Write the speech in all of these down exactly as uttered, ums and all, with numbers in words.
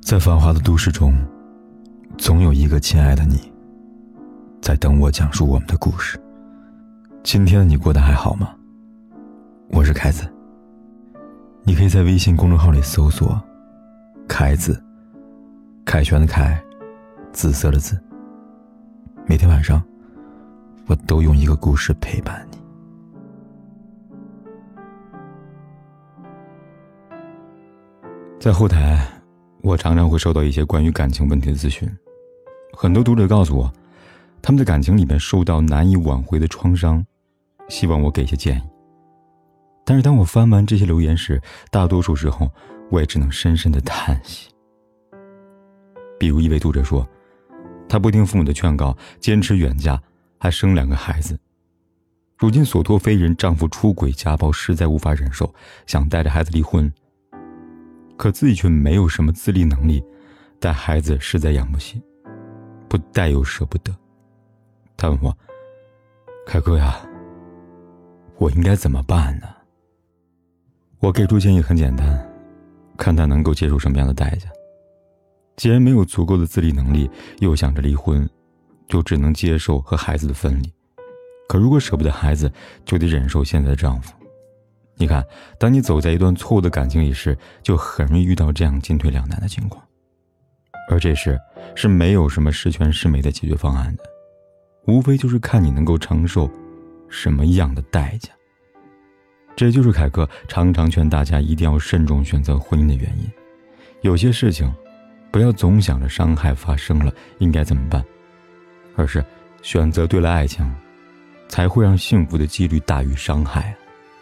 在繁华的都市中，总有一个亲爱的你，在等我讲述我们的故事。今天的你过得还好吗？我是凯子，你可以在微信公众号里搜索凯子，凯旋的凯，紫色的紫。每天晚上我都用一个故事陪伴你。在后台，我常常会收到一些关于感情问题的咨询，很多读者告诉我，他们在感情里面受到难以挽回的创伤，希望我给些建议。但是当我翻完这些留言时，大多数时候我也只能深深的叹息。比如一位读者说，他不听父母的劝告，坚持远嫁，还生两个孩子，如今所托非人，丈夫出轨家暴，实在无法忍受，想带着孩子离婚，可自己却没有什么自立能力，带孩子实在养不起，不带又舍不得。他问我，凯哥呀，我应该怎么办呢？我给出建议很简单，看他能够接受什么样的代价。既然没有足够的自立能力，又想着离婚，就只能接受和孩子的分离。可如果舍不得孩子，就得忍受现在的丈夫。你看，当你走在一段错误的感情里时，就很容易遇到这样进退两难的情况。而这时是没有什么十全十美的解决方案的，无非就是看你能够承受什么样的代价。这就是凯哥常常劝大家一定要慎重选择婚姻的原因。有些事情不要总想着伤害发生了应该怎么办，而是选择对了爱情，才会让幸福的几率大于伤害。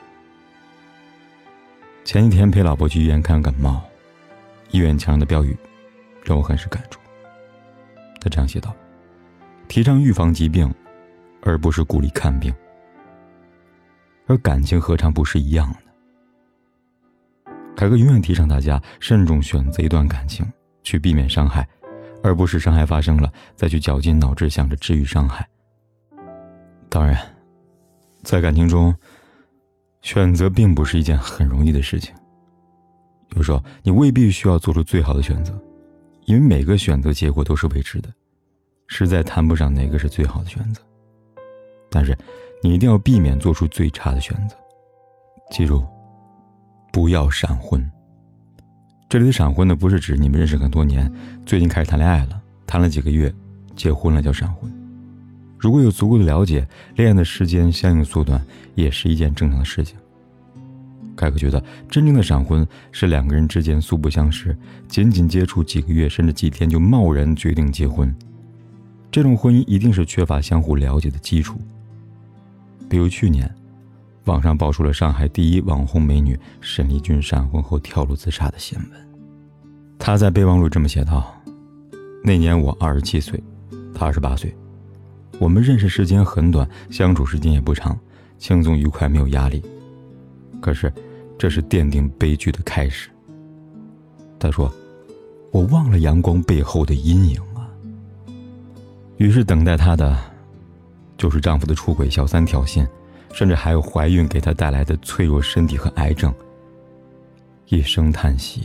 前几天陪老婆去医院看感冒，医院墙上的标语让我很是感触。他这样写道，提倡预防疾病，而不是鼓励看病。而感情何尝不是一样的？凯哥永远提倡大家慎重选择一段感情，去避免伤害，而不是伤害发生了再去绞尽脑汁想着治愈伤害。当然，在感情中，选择并不是一件很容易的事情。有时候你未必需要做出最好的选择，因为每个选择结果都是未知的，实在谈不上哪个是最好的选择。但是你一定要避免做出最差的选择。记住，不要闪婚。这里的闪婚呢，不是指你们认识很多年，最近开始谈恋爱了，谈了几个月，结婚了叫闪婚。如果有足够的了解，恋爱的时间相应缩短也是一件正常的事情。凯哥觉得真正的闪婚是两个人之间素不相识，仅仅接触几个月甚至几天就贸然决定结婚，这种婚姻一定是缺乏相互了解的基础。比如去年网上爆出了上海第一网红美女沈丽君闪婚后跳楼自杀的新闻。她在备忘录这么写道，那年我二十七岁，她二十八岁，我们认识时间很短，相处时间也不长，轻松愉快，没有压力。可是这是奠定悲剧的开始。她说，我忘了阳光背后的阴影啊。于是等待她的就是丈夫的出轨、小三挑衅，甚至还有怀孕给她带来的脆弱身体和癌症。一声叹息。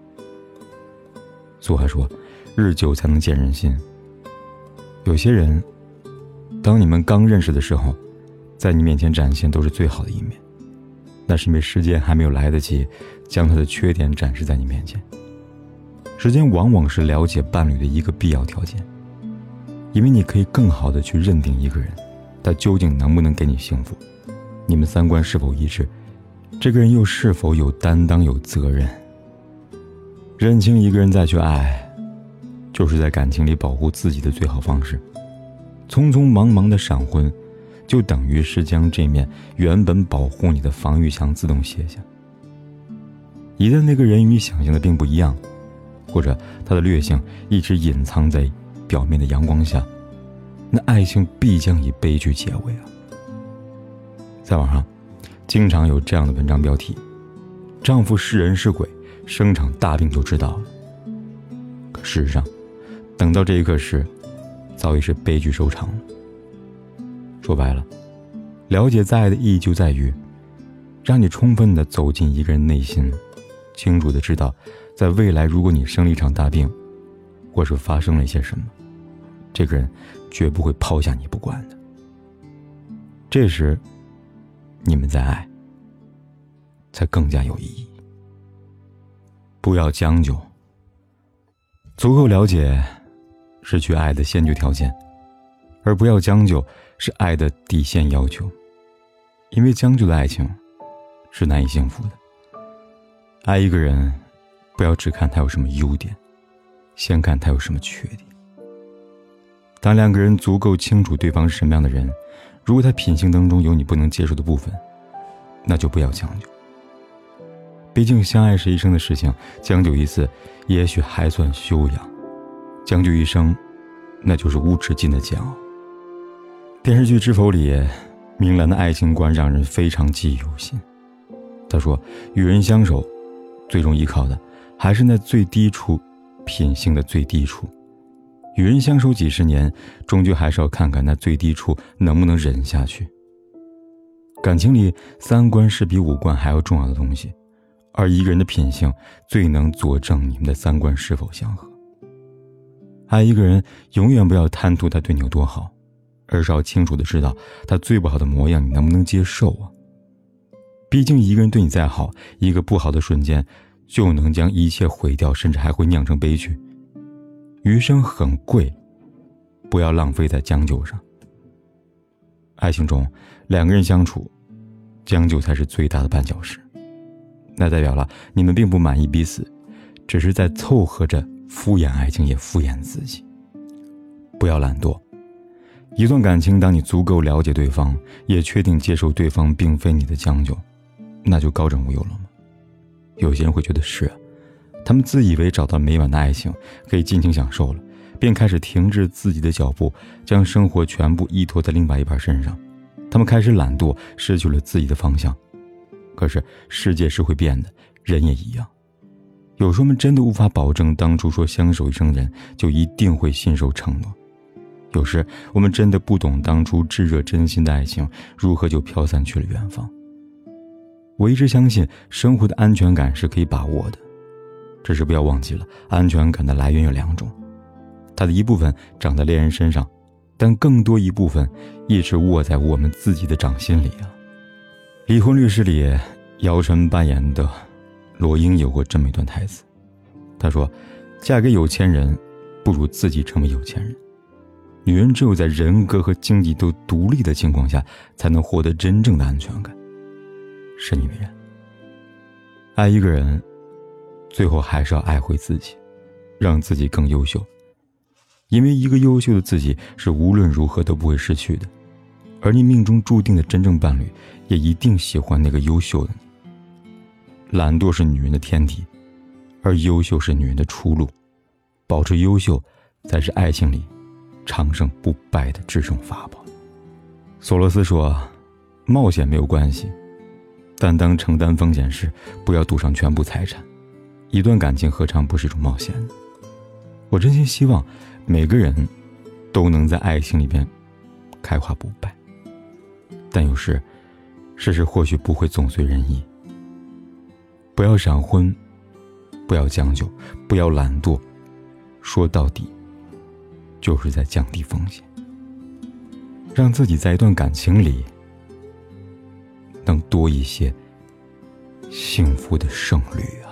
俗话说，日久才能见人心。有些人当你们刚认识的时候，在你面前展现都是最好的一面，那是因为时间还没有来得及将他的缺点展示在你面前。时间往往是了解伴侣的一个必要条件，因为你可以更好地去认定一个人，他究竟能不能给你幸福，你们三观是否一致，这个人又是否有担当有责任。认清一个人再去爱，就是在感情里保护自己的最好方式。匆匆忙忙的闪婚，就等于是将这面原本保护你的防御墙自动卸下。一旦那个人与你想象的并不一样，或者他的劣性一直隐藏在表面的阳光下，那爱情必将以悲剧结尾啊！在网上经常有这样的文章标题，丈夫是人是鬼，生场大病就知道了。可事实上，等到这一刻时，早已是悲剧收场了。说白了，了解在爱的意义就在于让你充分地走进一个人内心， 清楚地知道，在未来如果你生了一场大病，或是发生了一些什么，这个人绝不会抛下你不管的。这时你们在爱才更加有意义。不要将就，足够了解是去爱的先决条件，而不要将就是爱的底线要求。因为将就的爱情是难以幸福的。爱一个人，不要只看他有什么优点，先看他有什么缺点。当两个人足够清楚对方是什么样的人，如果他品性当中有你不能接受的部分，那就不要将就。毕竟相爱是一生的事情，将就一次也许还算修养，将就一生那就是无止境的煎熬。电视剧《知否》里，明兰的爱情观让人非常记忆犹新。他说，与人相守最终依靠的还是那最低处，品性的最低处。与人相守几十年，终究还是要看看那最低处能不能忍下去。感情里，三观是比五官还要重要的东西，而一个人的品性最能佐证你们的三观是否相合。爱一个人，永远不要贪图他对你有多好，而是要清楚地知道他最不好的模样你能不能接受啊。毕竟一个人对你再好，一个不好的瞬间就能将一切毁掉，甚至还会酿成悲剧。余生很贵，不要浪费在将就上。爱情中，两个人相处，将就才是最大的绊脚石。那代表了你们并不满意彼此，只是在凑合着敷衍爱情，也敷衍自己。不要懒惰。一段感情，当你足够了解对方，也确定接受对方并非你的将就，那就高枕无忧了吗？有些人会觉得是，他们自以为找到美满的爱情，可以尽情享受了，便开始停滞自己的脚步，将生活全部依托在另外一半身上。他们开始懒惰，失去了自己的方向。可是世界是会变的，人也一样。有时候我们真的无法保证当初说相守一生的人就一定会信守承诺。有时我们真的不懂当初炙热真心的爱情如何就飘散去了远方。我一直相信生活的安全感是可以把握的，只是不要忘记了，安全感的来源有两种，它的一部分长在恋人身上，但更多一部分一直握在我们自己的掌心里啊。离婚律师里，姚晨扮演的罗英有过这么一段台词，她说，嫁给有钱人不如自己成为有钱人。女人只有在人格和经济都独立的情况下，才能获得真正的安全感。深以为然。爱一个人，最后还是要爱回自己，让自己更优秀。因为一个优秀的自己是无论如何都不会失去的，而你命中注定的真正伴侣也一定喜欢那个优秀的你。懒惰是女人的天敌，而优秀是女人的出路。保持优秀才是爱情里长胜不败的制胜法宝。索罗斯说，冒险没有关系，但当承担风险时，不要赌上全部财产。一段感情何尝不是一种冒险呢？我真心希望每个人都能在爱情里边开花不败，但有时事实或许不会总随人意。不要闪婚，不要将就，不要懒惰，说到底就是在降低风险，让自己在一段感情里能多一些幸福的胜率啊。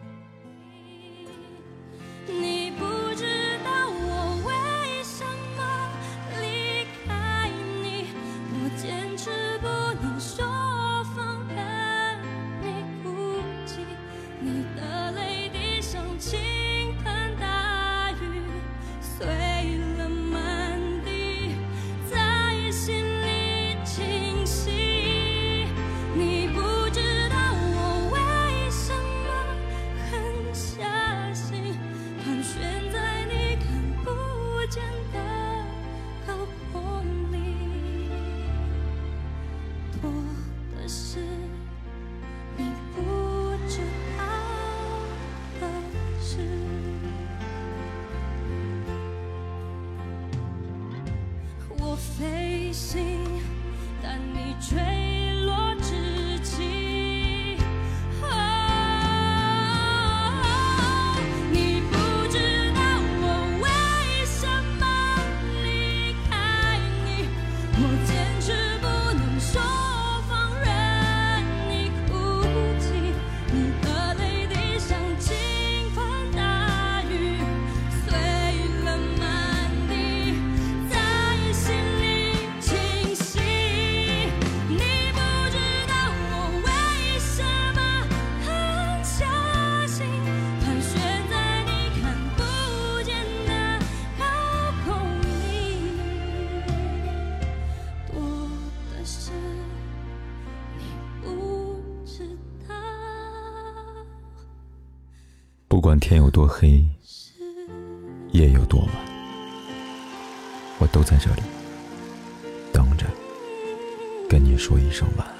飞行，但你坠落之际，啊管天有多黑，夜有多晚，我都在这里等着跟你说一声晚安。